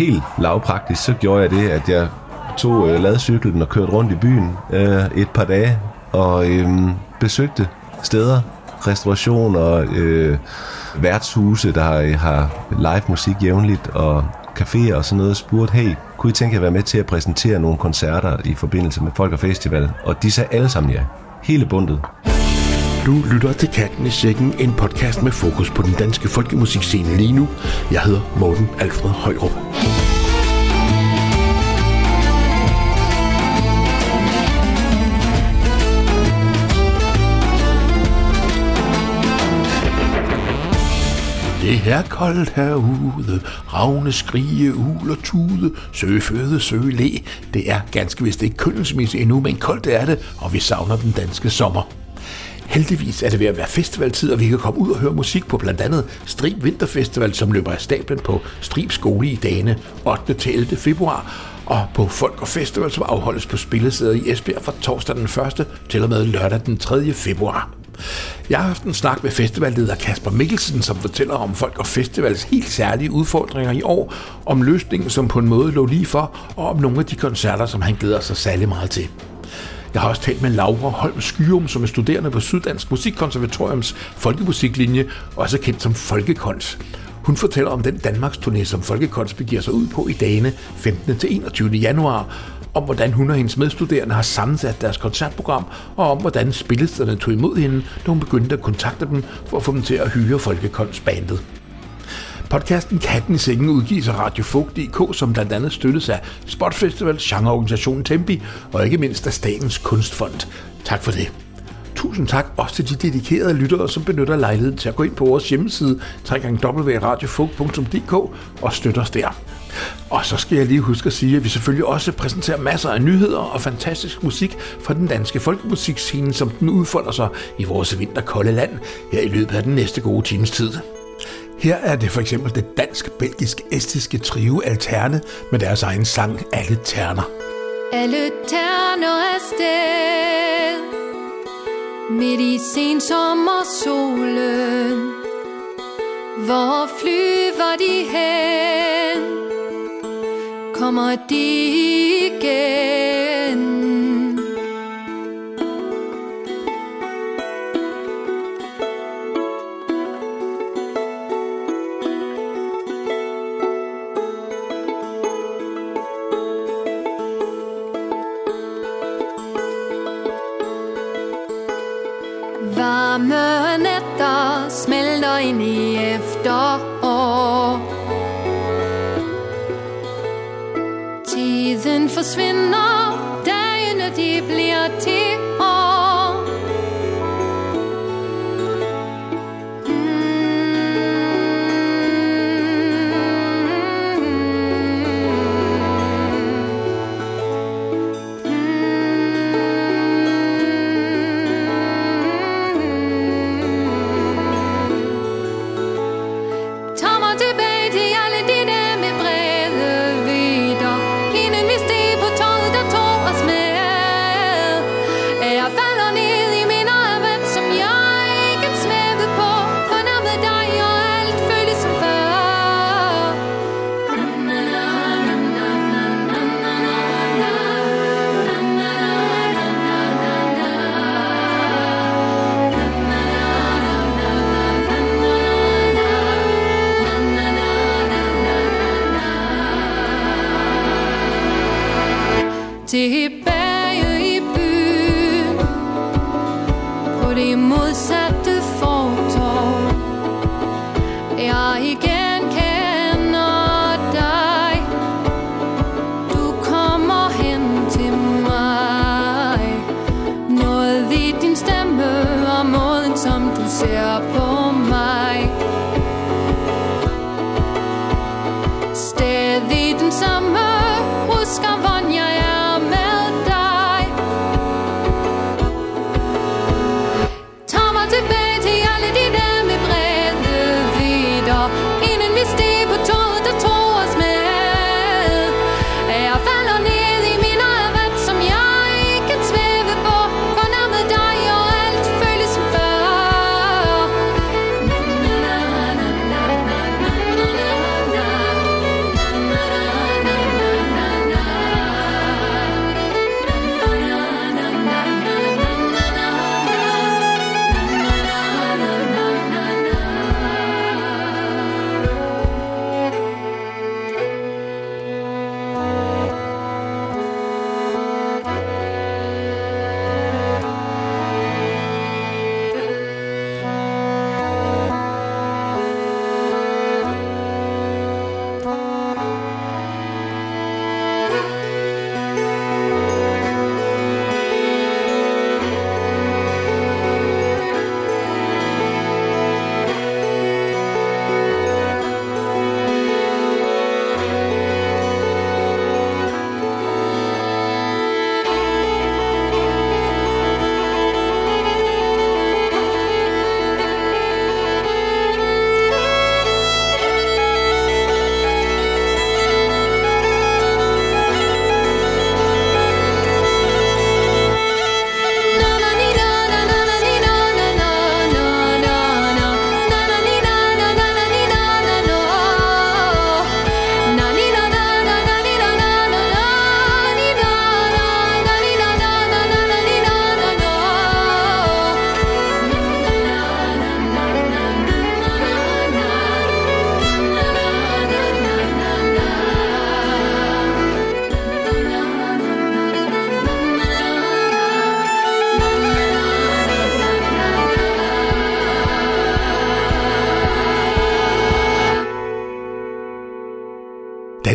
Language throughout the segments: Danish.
helt lavpraktisk, så gjorde jeg det, at jeg tog ladcyklen og kørte rundt i byen et par dage og besøgte steder, restaurationer, værtshuse, der har live musik jævnligt, og caféer og sådan noget, og spurgte, hey, kunne I tænke jer at være med til at præsentere nogle koncerter i forbindelse med Folk og Festival? Og de sagde alle sammen ja. Hele bundet. Du lytter til Katten i Sækken, en podcast med fokus på den danske folkemusikscene lige nu. Jeg hedder Morten Alfred Højrup. Det er koldt herude, ravne skrige, ul og tude, søføde, søle. Det er ganske vist ikke kønsmisse endnu, men koldt er det, og vi savner den danske sommer. Heldigvis er det ved at være festivaltid, og vi kan komme ud og høre musik på blandt andet Strib Vinterfestival, som løber af stablen på Strib Skole i dagene 8. til 11. februar, og på Folk og Festival, som afholdes på Spillestedet i Esbjerg fra torsdag den 1. til og med lørdag den 3. februar. Jeg har haft en snak med festivalleder Kasper Mikkelsen, som fortæller om Folk og Festivals helt særlige udfordringer i år, om løsningen, som på en måde lå lige for, og om nogle af de koncerter, som han glæder sig særlig meget til. Jeg har også talt med Laura Holm Skyrum, som er studerende på Syddansk Musikkonservatoriums folkemusiklinje, også kendt som Folkekons. Hun fortæller om den Danmarks turné, som Folkekons begiver sig ud på i dagene 15. til 21. januar, om hvordan hun og hendes medstuderende har sammensat deres koncertprogram, og om hvordan spillestederne tog imod hende, da hun begyndte at kontakte dem for at få dem til at hyre Folkekons-bandet. Podcasten Katten i Sækken udgives af Radio Folk.dk, som blandt andet støttes af Spot Festival, genreorganisationen Tempi og ikke mindst af Statens Kunstfond. Tak for det. Tusind tak også til de dedikerede lyttere, som benytter lejligheden til at gå ind på vores hjemmeside www.radiofolk.dk og støtte os der. Og så skal jeg lige huske at sige, at vi selvfølgelig også præsenterer masser af nyheder og fantastisk musik fra den danske folkemusikscene, som den udfolder sig i vores vinterkolde land her i løbet af den næste gode times tid. Her er det for eksempel det dansk-belgisk-estiske trio Alterne med deres egen sang Alle Terner. Alle terner er sted midt i sensommersolen. Hvor flyver de hen? Kommer de igen? Varme nætter smelter ind i efterår. Tiden forsvinder, dagene de bliver til år. Tilbage i byen på det modsatte fortov. Jeg igen kender dig. Du kommer hen til mig. Noget ved din stemme og måden som du ser på mig. Stadig den samme, husker hvordan jeg er med dig.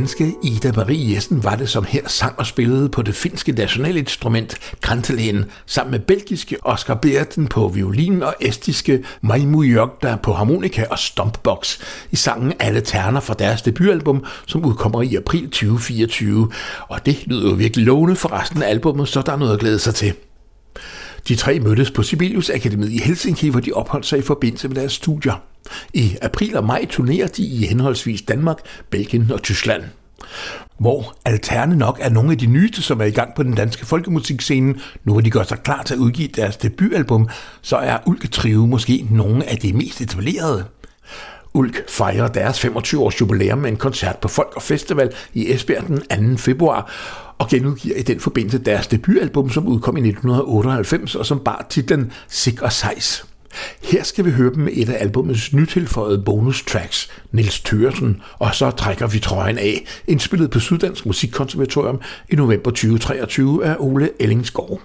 danske Ida Marie Jessen var det, som her sang og spillede på det finske nationalinstrument kantelæen, sammen med belgiske Oscar Beerten på violin og estiske Maimu Jogda på harmonika og stompbox i sangen Alle Terner fra deres debutalbum, som udkommer i april 2024. Og det lyder jo virkelig lovende for resten af albummet, så der er noget at glæde sig til. De tre mødtes på Sibelius Akademiet i Helsinki, hvor de opholdt sig i forbindelse med deres studier. I april og maj turnerer de i henholdsvis Danmark, Belgien og Tyskland. Hvor Alterne nok er nogle af de nyeste, som er i gang på den danske folkemusikscene, nu hvor de gør sig klar til at udgive deres debutalbum, så er Ulk Trio måske nogle af de mest etablerede. Ulk fejrer deres 25-års jubilæum med en koncert på Folk og Festival i Esbjerg den 2. februar, og genudgiver i den forbindelse deres debutalbum, som udkom i 1998, og som bar titlen Sikker Sejs. Her skal vi høre dem med et af albumets nytilføjede bonus tracks, Niels Thøgersen, og så trækker vi trøjen af, indspillet på Syddansk Musikkonservatorium i november 2023 af Ole Ellingsgaard.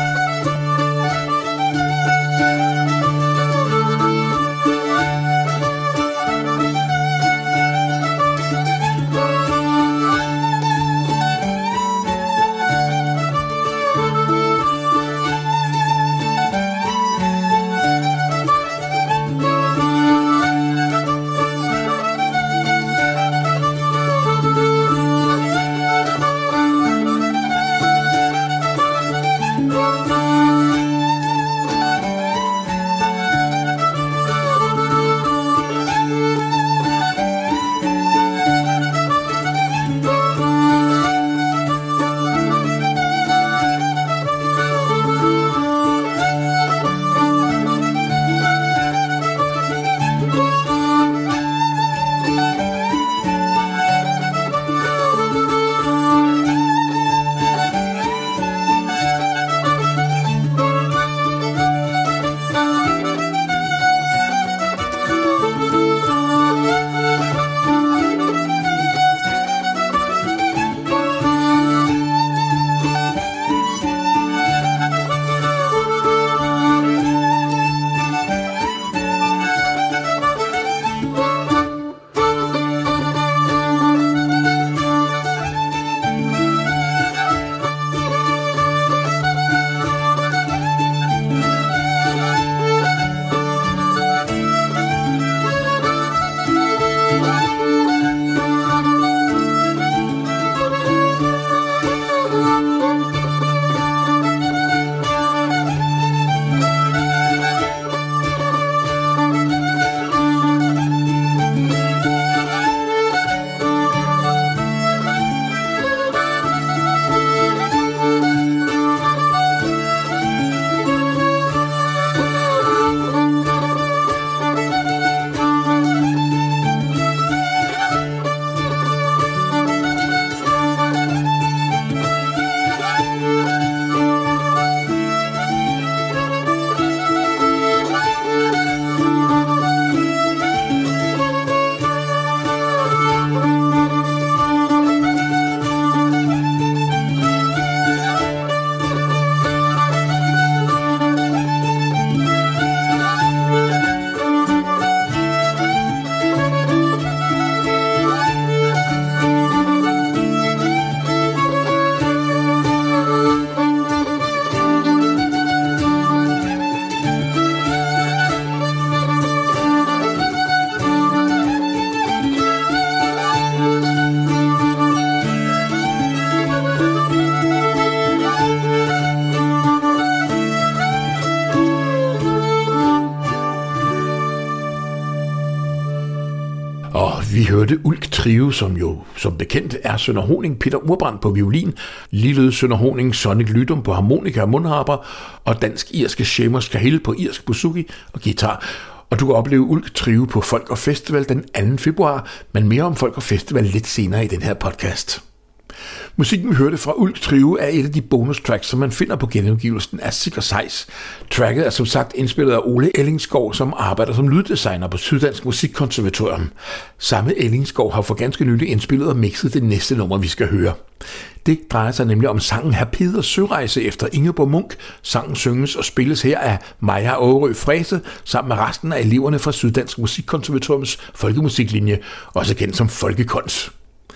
Vi hørte Ulk Trio, som jo som bekendt er Sønder Honing, Peter Urbrand på violin, ligeledes Sønder Honing, Sonic Lydum på harmonika og mundharper, og dansk-irske Seamus Cahill på irsk bouzouki og guitar. Og du kan opleve Ulk Trio på Folk og Festival den 2. februar, men mere om Folk og Festival lidt senere i den her podcast. Musikken, vi hørte fra Ulk Trio, er et af de bonustracks, som man finder på genudgivelsen af Sikker Sejs. Tracket er som sagt indspillet af Ole Ellingsgaard, som arbejder som lyddesigner på Syddansk Musikkonservatorium. Samme Ellingsgaard har for ganske nylig indspillet og mixet det næste nummer, vi skal høre. Det drejer sig nemlig om sangen Hr. Peders Sørejse efter Ingeborg Munch. Sangen synges og spilles her af Maja Aarø Frese, sammen med resten af eleverne fra Syddansk Musikkonservatoriums folkemusiklinje, også kendt som Folkekons.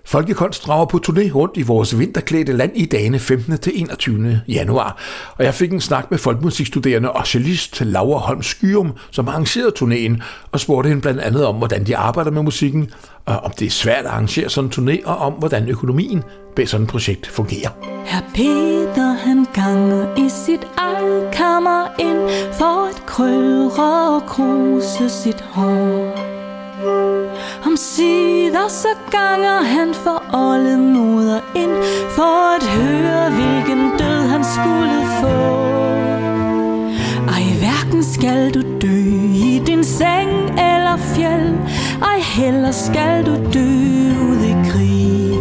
Folkekunst drager på turné rundt i vores vinterklædte land i dagene 15. til 21. januar. Og jeg fik en snak med folkemusikstuderende og cellist Laura Holm Skyum, som arrangerede turnéen, og spurgte hende blandt andet om, hvordan de arbejder med musikken, og om det er svært at arrangere sådan en turné, og om, hvordan økonomien bag sådan et projekt fungerer. Herr Peter, han ganger i sit eget kammer ind for at krølle og kruse sit hår. Omsider så ganger han for oldemoder ind for at høre, hvilken død han skulle få. Ej, hverken skal du dø i din seng eller fjeld, ej heller skal du dø ude i krig.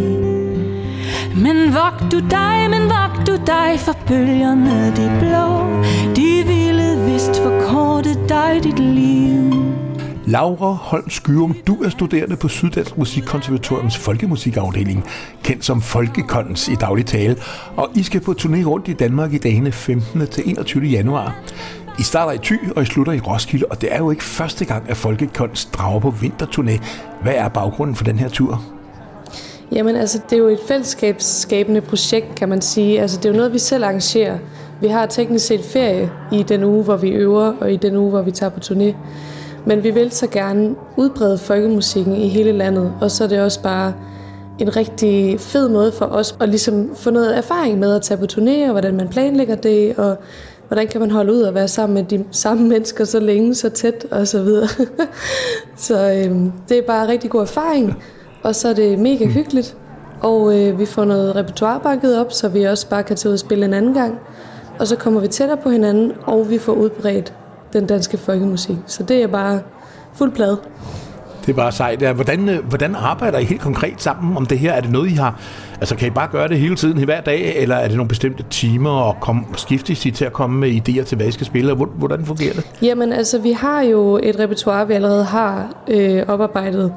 Men vogt du dig, for bølgerne de blå, de ville vist forkorte dig dit liv. Laura Holm Skyum, du er studerende på Syddansk Musikkonservatoriums folkemusikafdeling, kendt som Folkekons i daglig tale, og I skal på turné rundt i Danmark i dagene 15. til 21. januar. I starter i Thy, og I slutter i Roskilde, og det er jo ikke første gang, at Folkekons drager på vinterturné. Hvad er baggrunden for den her tur? Jamen altså, det er jo et fællesskabsskabende projekt, kan man sige. Altså, det er jo noget, vi selv arrangerer. Vi har teknisk set ferie i den uge, hvor vi øver, og i den uge, hvor vi tager på turné. Men vi vil så gerne udbrede folkemusikken i hele landet, og så er det også bare en rigtig fed måde for os at ligesom få noget erfaring med at tage på turné, og hvordan man planlægger det, og hvordan kan man holde ud og være sammen med de samme mennesker så længe, så tæt og så videre. Så det er bare en rigtig god erfaring, og så er det mega hyggeligt, og vi får noget repertoire bakket op, så vi også bare kan tage ud og spille en anden gang, og så kommer vi tættere på hinanden, og vi får udbredt den danske folkemusik. Så det er bare fuld plade. Det er bare sejt. Hvordan arbejder I helt konkret sammen om det her? Er det noget, I har... Altså, kan I bare gøre det hele tiden, hver dag, eller er det nogle bestemte timer, og skiftes I til at komme med idéer til, hvad I skal spille? Hvordan fungerer det? Jamen, altså, vi har jo et repertoire, vi allerede har oparbejdet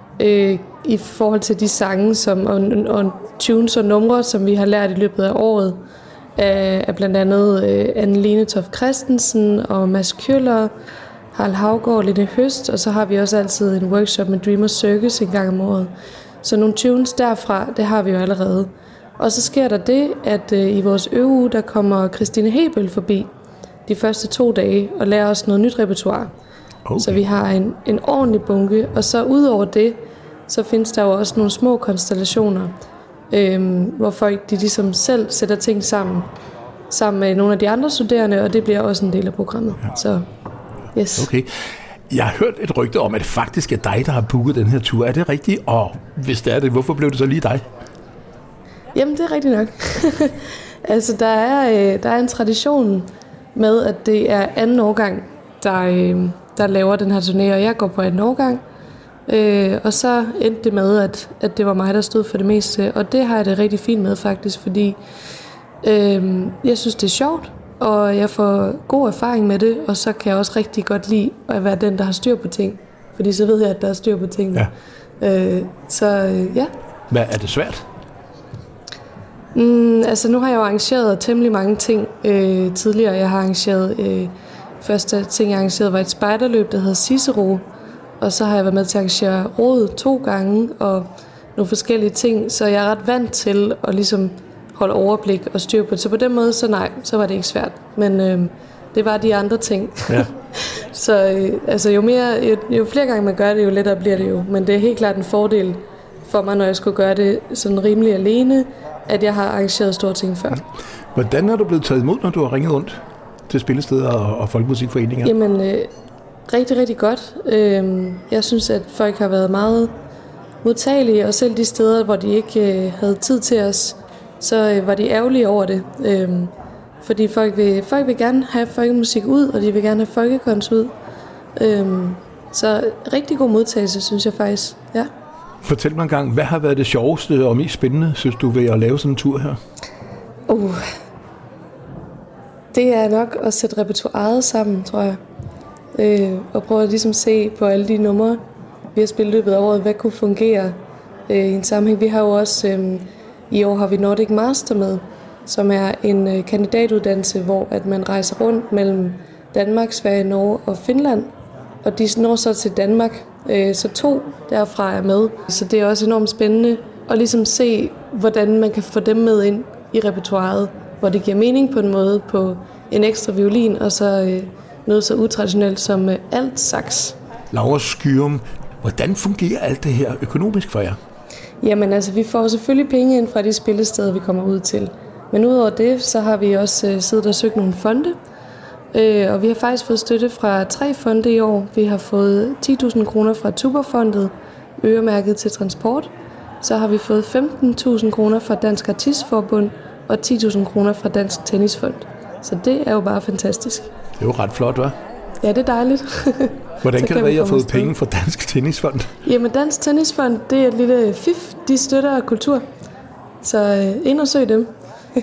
i forhold til de sange og tunes og numre, som vi har lært i løbet af året. Af blandt andet Anne-Lene Toft Christensen og Mads Kjøller, Harald Haugaard, Lene Høst, og så har vi også altid en workshop med Dreamer Circus en gang om året. Så nogle tunes derfra, det har vi jo allerede. Og så sker der det, at i vores øveuge, der kommer Christine Hebel forbi de første 2 dage og lærer os noget nyt repertoire. Okay. Så vi har en ordentlig bunke, og så ud over det, så findes der jo også nogle små konstellationer, hvor folk de ligesom selv sætter ting sammen med nogle af de andre studerende, og det bliver også en del af programmet. Ja. Så yes. Okay. Jeg har hørt et rygte om, at det faktisk er dig, der har booket den her tur. Er det rigtigt? Og hvis det er det, hvorfor blev det så lige dig? Jamen, det er rigtigt nok. Altså, der er en tradition med, at det er anden årgang, der laver den her turné, og jeg går på anden årgang. Og så endte det med, at det var mig, der stod for det meste, og det har jeg det rigtig fint med faktisk, fordi jeg synes, det er sjovt, og jeg får god erfaring med det, og så kan jeg også rigtig godt lide at være den, der har styr på ting, fordi så ved jeg, at der er styr på tingene. Ja. Ja. Hvad er det svært? Altså nu har jeg jo arrangeret temmelig mange ting tidligere. Jeg har arrangeret, første ting jeg arrangerede var et spejderløb, der hedder Cicero, og så har jeg været med til at arrangere råd 2 gange, og nogle forskellige ting, så jeg er ret vant til at ligesom holde overblik og styr på det. Så på den måde, så var det ikke svært. Men det var de andre ting. Ja. Så altså, jo flere gange man gør det, jo lettere bliver det jo. Men det er helt klart en fordel for mig, når jeg skulle gøre det sådan rimelig alene, at jeg har arrangeret store ting før. Hvordan er du blevet taget imod, når du har ringet rundt til spillesteder og folkemusikforeninger? Jamen, rigtig, rigtig godt. Jeg synes, at folk har været meget modtagelige, og selv de steder, hvor de ikke havde tid til os, så var de ærgerlige over det. Fordi folk vil gerne have folkemusik ud, og de vil gerne have folkekunst ud. Så rigtig god modtagelse, synes jeg faktisk. Ja. Fortæl mig en gang, hvad har været det sjoveste og mest spændende, synes du, ved at lave sådan en tur her? Det er nok at sætte repertoiret sammen, tror jeg. Og prøve at ligesom se på alle de numre, vi har spillet løbet af året, hvad kunne fungere i en sammenhæng. Vi har jo også, i år har vi Nordic Master med, som er en kandidatuddannelse, hvor at man rejser rundt mellem Danmark, Sverige, Norge og Finland. Og de når så til Danmark, så 2 derfra er med. Så det er også enormt spændende og ligesom se, hvordan man kan få dem med ind i repertoiret, hvor det giver mening på en måde på en ekstra violin, og så noget så utraditionelt som alt sax. Laura Skyum, hvordan fungerer alt det her økonomisk for jer? Jamen altså, vi får selvfølgelig penge ind fra de spillesteder, vi kommer ud til. Men udover det, så har vi også siddet og søgt nogle fonde. Og vi har faktisk fået støtte fra 3 fonde i år. Vi har fået 10.000 kroner fra Tuberfondet, øremærket til transport. Så har vi fået 15.000 kroner fra Dansk Artistforbund og 10.000 kroner fra Dansk Tennisfond. Så det er jo bare fantastisk. Det er jo ret flot, hva'? Ja, det er dejligt. Hvordan kan det være, at I har fået penge fra Dansk Tennisfond? Jamen, Dansk Tennisfond, det er et lille fif. De støtter kultur. Så ind og søg dem.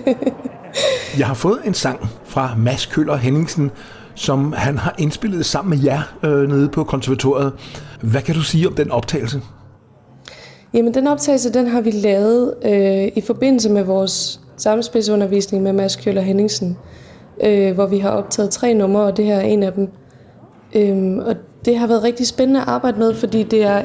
Jeg har fået en sang fra Mads Kjøller Henningsen, som han har indspillet sammen med jer nede på konservatoriet. Hvad kan du sige om den optagelse? Jamen, den optagelse, den har vi lavet i forbindelse med vores samspilsundervisning med Mads Kjøller Henningsen, hvor vi har optaget 3 numre, og det her er en af dem. Og det har været rigtig spændende at arbejde med, fordi det er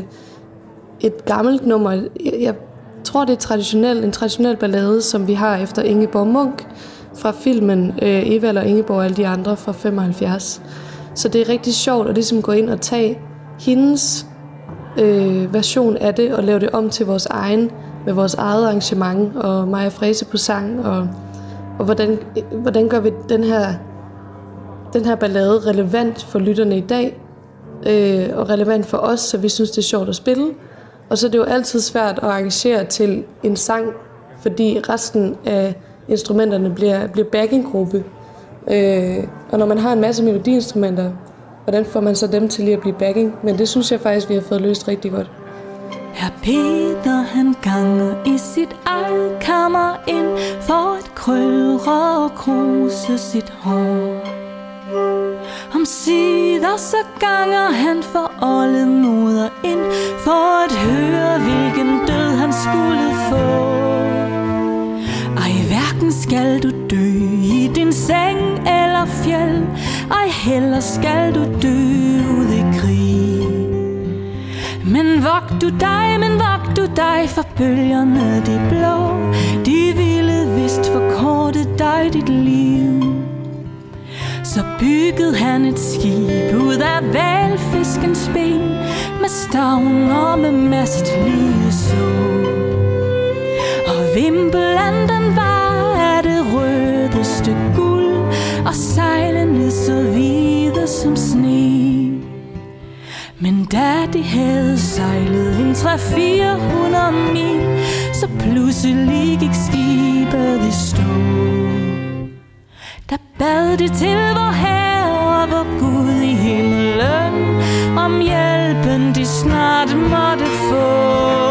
et gammelt nummer. Jeg tror, det er en traditionel ballade, som vi har efter Ingeborg Munch fra filmen Evald og Ingeborg og alle de andre fra 75. Så det er rigtig sjovt at ligesom gå ind og tage hendes version af det og lave det om til vores egen, med vores eget arrangement og Maja Frese på sang, og hvordan gør vi den her ballade relevant for lytterne i dag, og relevant for os, så vi synes, det er sjovt at spille. Og så er det jo altid svært at arrangere til en sang, fordi resten af instrumenterne bliver backinggruppe. Og når man har en masse melodiinstrumenter, hvordan får man så dem til lige at blive backing? Men det synes jeg faktisk, vi har fået løst rigtig godt. Herr Peter, han ganger i sit eget kammer ind for at krølle og kruse sit hår. Omsider så ganger han for oldemoder ind for at høre, hvilken død han skulle få. Ej, hverken skal du dø i din seng eller fjeld, ej, heller skal du dø ud i krig. Men vogt du dig for bølgerne de blå, de ville vist forkorte dig dit liv. Så byggede han et skib ud af hvalfiskens ben, med stavn og med mast lige så. Og vimpelen den var af det rødeste guld, og sejlene så hvide som sne. Men da de havde sejlet en 300-400 mil, så pludselig gik skibet i stå. Der bad de til vor Herre, vor Gud i himlen, om hjælpen de snart måtte få.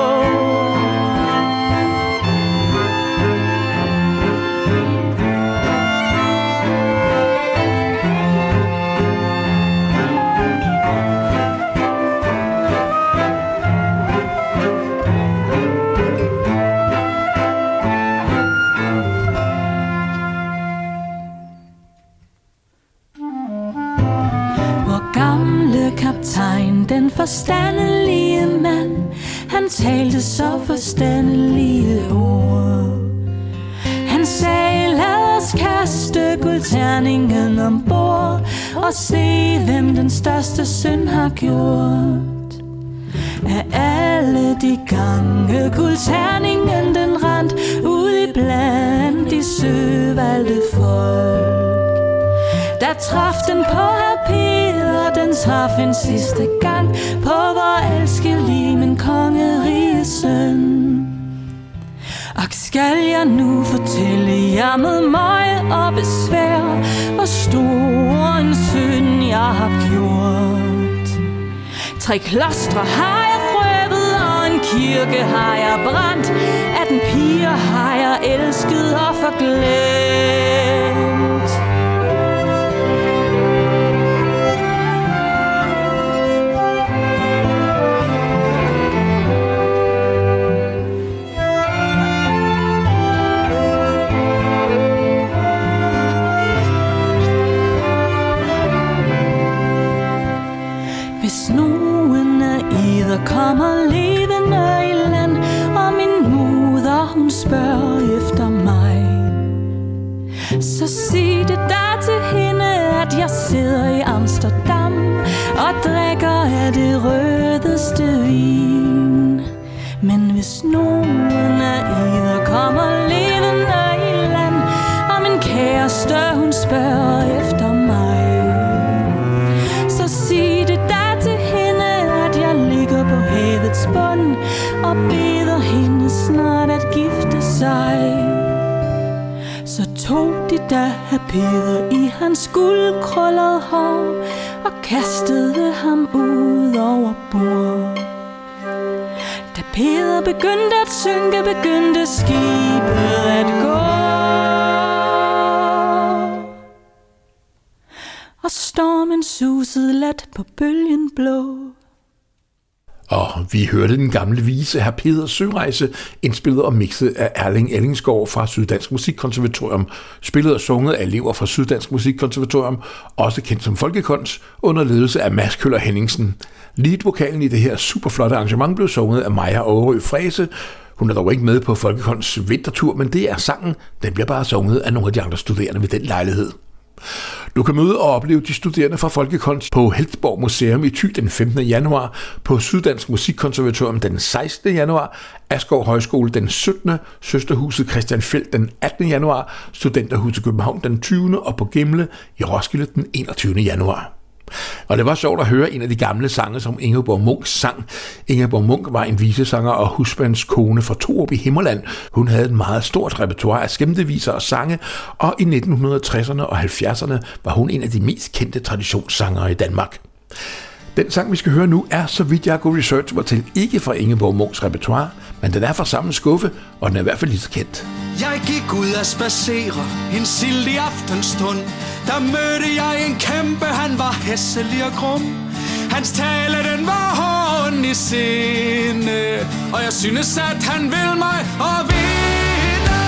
Den forstandelige mand, han talte så forstandelige ord. Han sagde, lad os kaste guldterningen ombord og se, hvem den største synd har gjort. Af alle de gange guldterningen den rent ud i blandt de søvalgte folk, der traf den på herr Peter, den traf en sidste gang på vor elskelige, men kongerige søn. Og skal jeg nu fortælle jer med mig og besvær, hvor stor en synd jeg har gjort. 3 klostre har jeg røvet, og en kirke har jeg brændt, 18 piger har jeg elsket og forglemt. Hvis nogen af eder kommer levende i land, om spørger efter mig. Så sig det der til hende, at jeg sidder i Amsterdam og drikker af det rødeste vin. Men hvis nogen af eder kommer levende i land, og min kæreste hun spørger efter mig, så sig det der til hende, at jeg ligger på havets bund og beder hende snart at gifte sig. Så tog de da Herr Peder i hans guldkrøllede hår og kastede ham ud over bord. Da Peder begyndte at synke, begyndte skibet at gå. Og stormen susede let på bølgen blå. Og vi hørte den gamle vise Herr Peders Sørejse, indspillet og mixet af Erling Ellingsgaard fra Syddansk Musikkonservatorium, spillet og sunget af elever fra Syddansk Musikkonservatorium, også kendt som Folkekunst, under ledelse af Mads Køller Henningsen. Leadvokalen i det her superflotte arrangement blev sunget af Maja Overø Frese. Hun er dog ikke med på Folkekunsts vintertur, men det er sangen. Den bliver bare sunget af nogle af de andre studerende ved den lejlighed. Du kan møde og opleve de studerende fra Folkekunst på Heltborg Museum i Thy den 15. januar, på Syddansk Musikkonservatorium den 16. januar, Askov Højskole den 17., Søsterhuset Christian Felt den 18. januar, Studenterhuset København den 20. og på Gimle i Roskilde den 21. januar. Og det var sjovt at høre en af de gamle sange, som Ingeborg Munch sang. Ingeborg Munch var en visesanger og husbandskone fra Torup i Himmerland. Hun havde et meget stort repertoire af skæmteviser og sange, og i 1960'erne og 70'erne var hun en af de mest kendte traditionssangere i Danmark. Den sang, vi skal høre nu, er, så vidt jeg kunne research mig til, ikke fra Ingeborg Munchs repertoire, men den er fra samme skuffe, og den er i hvert fald lige så kendt. Jeg gik ud at spacere en sildig aftenstund. Der mødte jeg en kæmpe, han var hæsselig og grum. Hans tale, den var hården i sinde, og jeg synes, at han vil mig og vinde.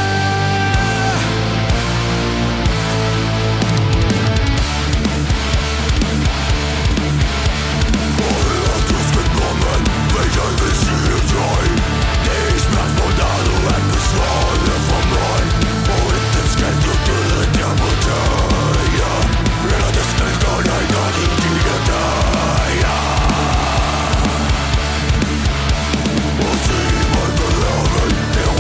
Og du skal nordmand, hvad jeg vil sige dig. Det er spørgsmålet, at besvare for mig. Og ikke skal du døde der på dig, ja. Eller det skal gå dig, når de dyrer dig, ja. Og sig mig, hvad er vel, det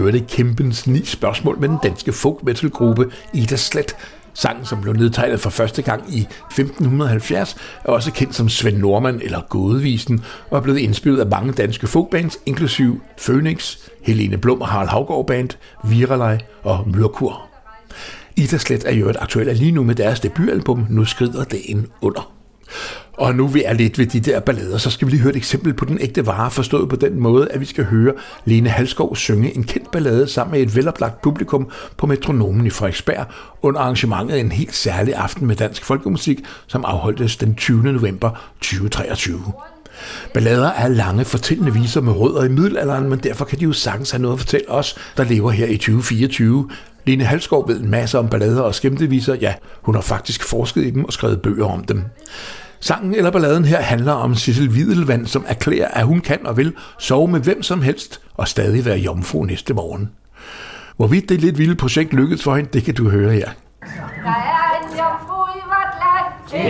hørte Kæmpens 9 spørgsmål med den danske folk metal-gruppe Ida Slet. Sangen, som blev nedtegnet for første gang i 1570, er også kendt som Svend Norman eller Gådevisen, og er blevet indspillet af mange danske folkbands, inklusive Phoenix, Helene Blum og Harald Haugaard Band, Virelai og Mørkur. Ida Slet er jo et aktuelt lige nu med deres debutalbum Nu skrider dagen under. Og nu vi er lidt ved de der ballader, så skal vi lige høre et eksempel på den ægte vare, forstået på den måde, at vi skal høre Lene Halskov synge en kendt ballade sammen med et veloplagt publikum på Metronomen i Frederiksberg under arrangementet en helt særlig aften med dansk folkemusik, som afholdtes den 20. november 2023. Ballader er lange fortællende viser med rødder i middelalderen, men derfor kan de jo sagtens have noget at fortælle os, der lever her i 2024. Lene Halskov ved en masse om ballader og skæmteviser. Ja, hun har faktisk forsket i dem og skrevet bøger om dem. Sangen eller balladen her handler om Sissel Wiedelvand, som erklærer, at hun kan og vil sove med hvem som helst og stadig være jomfru næste morgen. Hvorvidt det lidt vilde projekt lykkedes for hende, det kan du høre her. Der er en jomfru i vort land.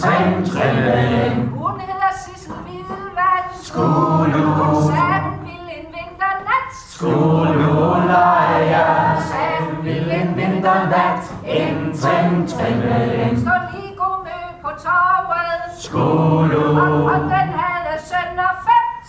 Hun hedder Sissel Wiedelvand. Hun sagde, hun ville en vinternat. Hun sagde, hun ville en vinternat. Stå lige god mø på torvet. Og den havde søn og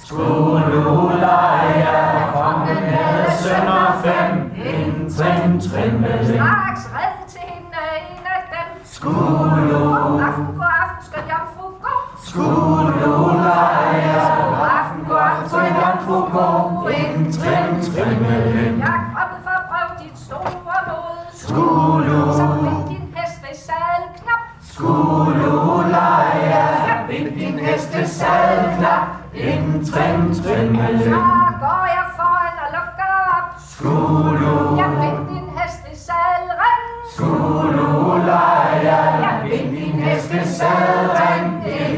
5. Straks red til hende en af dem. God aften skal jomfru gå. God aften skal jomfru gå. Jeg er kommet for at prøve dit store mod. Så vind din hest ved sadelknap. Vind din hest ved sadelknap. Så går jeg foran og lukker op. Jeg vind din hest ved sadelring. Jeg vind din hest ved sadelring.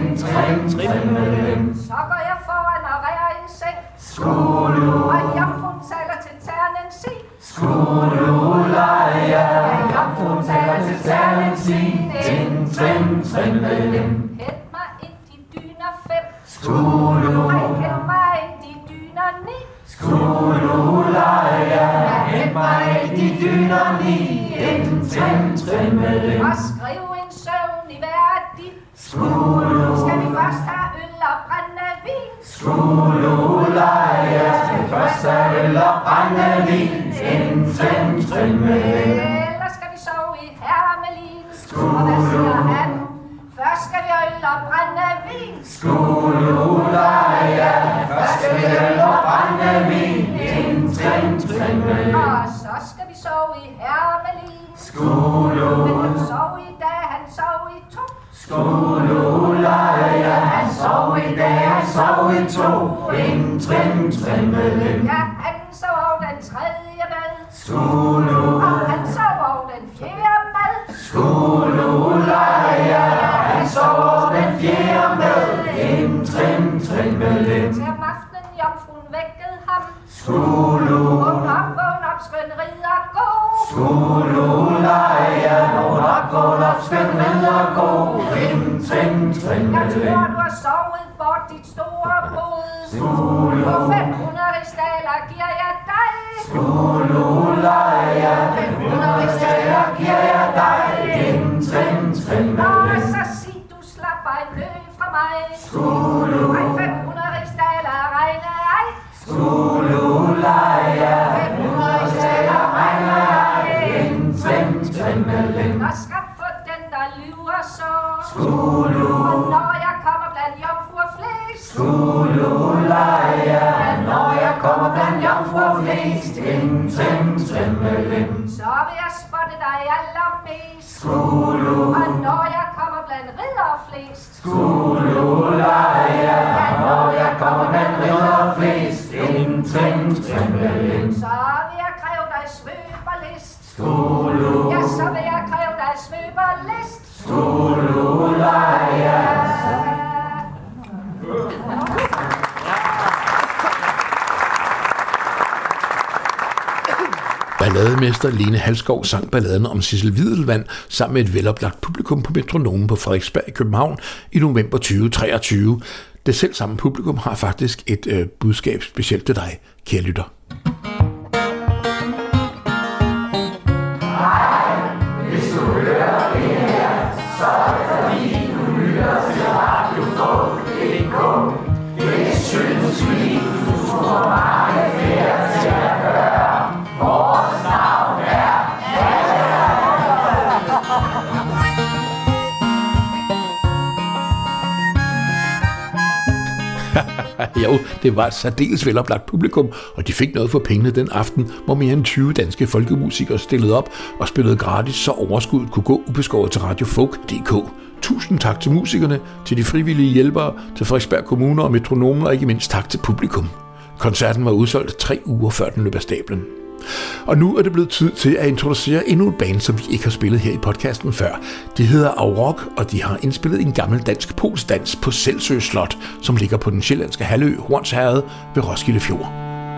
Så går jeg foran og rærer en seng. Og jomfruen taler til ternen sig. Jomfruen taler til ternen sig. Hæt mig ind de dyner 5. Hæt mig ind de dyner 9. Hæt mig ind de dyner 9. Og skriv en søvn i hver af de. Skal vi først have øl og brændevin? Eller skal vi sove i Hermelin? Og hvad siger han? Først skal vi have øl og brændevin. Først skal vi have øl og brændevin. Og så skal vi sove i Hermelin. Men han sov i dag, han sov i 2. Han sov i dag, han sov i 2. Ja, han sov den tredje med. Og han sov den fjerde med. Han sov den fjerde med. Til om aftenen jomfruen vækkede ham. Vågn op, skøn ridder, gå. Vågn op, skøn ridder, gå. Jeg tror, du har sovet bort dit store bod. For 500 rigsdaler giver jeg dig. 500 rigsdaler giver jeg dig. Og så sig, du slapper en lø fra mig. 500 rigsdaler regner jeg. 500 rigsdaler regner jeg. Og skab for den, der lyver så. For når jeg kommer blandt jomfruer flest. Når jeg kommer blandt jomfruer flest. Så vil jeg spotte dig allermest. Og når jeg kommer blandt ridder flest. Når jeg kommer blandt ridder flest. Så vil jeg kræve dig svøberlist. Ja, så vil jeg kræve dig svøberlist. Ballademester Lene Halskov sang balladen om Sissel Wiedelvand sammen med et veloplagt publikum på Metronomen på Frederiksberg i København i november 2023. Det selv samme publikum har faktisk et budskab specielt til dig, kære lytter. Jo, det var et særdeles veloplagt publikum, og de fik noget for pengene den aften, hvor mere end 20 danske folkemusikere stillede op og spillede gratis, så overskuddet kunne gå ubeskåret til Radio Folk.dk. Tusind tak til musikerne, til de frivillige hjælpere, til Frederiksberg Kommune og Metronomen, og ikke mindst tak til publikum. Koncerten var udsolgt 3 uger før den løb af stablen. Og nu er det blevet tid til at introducere endnu et band, som vi ikke har spillet her i podcasten før. De hedder Auroch, og de har indspillet en gammel dansk polsdans på Selsø Slot, som ligger på den sjællandske halvø Hornsherred ved Roskilde Fjord.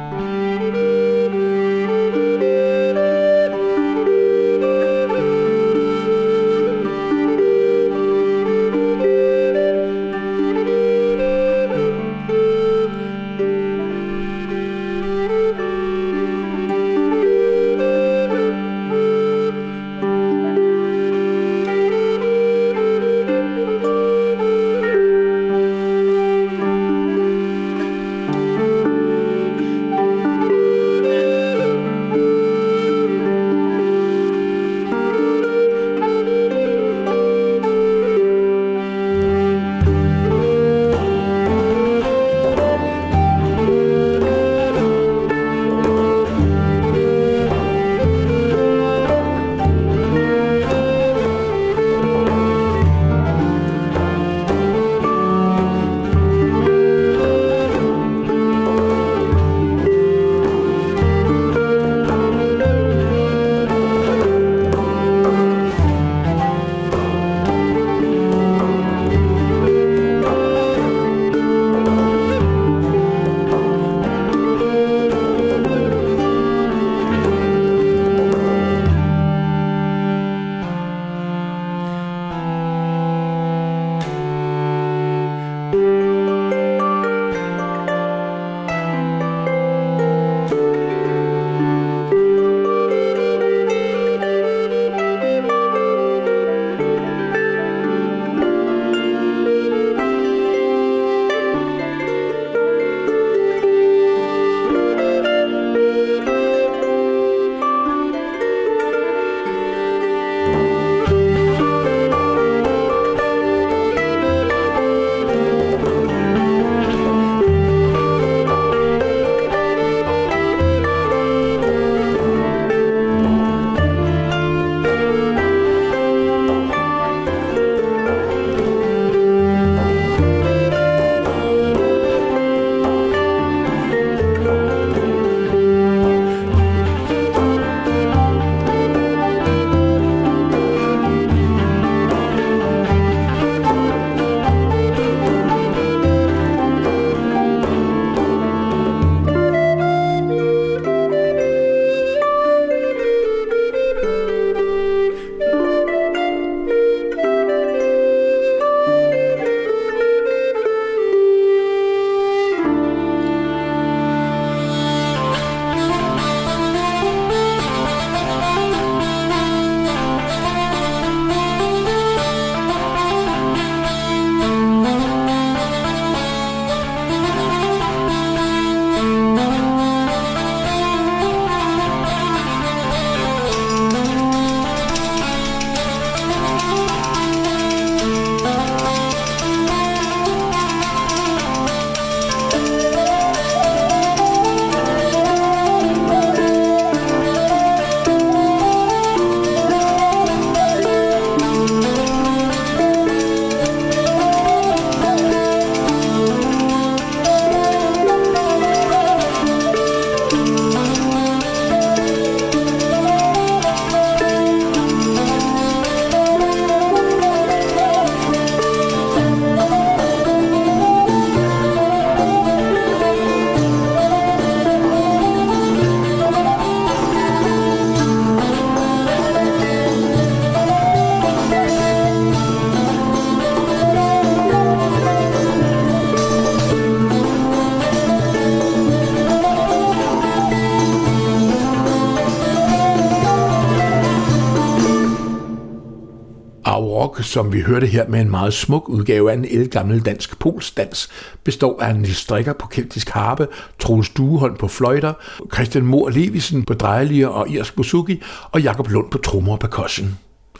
Auroch, som vi hørte her med en meget smuk udgave af en ældgammel dansk polsdans, består af Niels Strikker på keltisk harpe, Troels Dueholm på fløjter, Christian Mohr Levisen på drejelier og irsk bouzouki og Jakob Lund på trommer og percussion.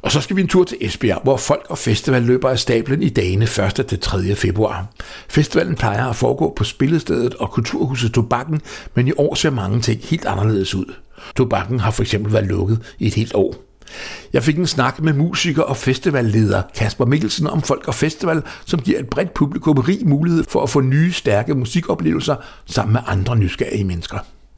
Og så skal vi en tur til Esbjerg, hvor folk og festival løber af stablen i dagene 1. til 3. februar. Festivalen plejer at foregå på Spillestedet og Kulturhuset Tobakken, men i år ser mange ting helt anderledes ud. Tobakken har for eksempel været lukket i et helt år. Jeg fik en snak med musiker og festivalleder Kasper Mikkelsen om folk og festival, som giver et bredt publikum rig mulighed for at få nye, stærke musikoplevelser sammen med andre nysgerrige mennesker.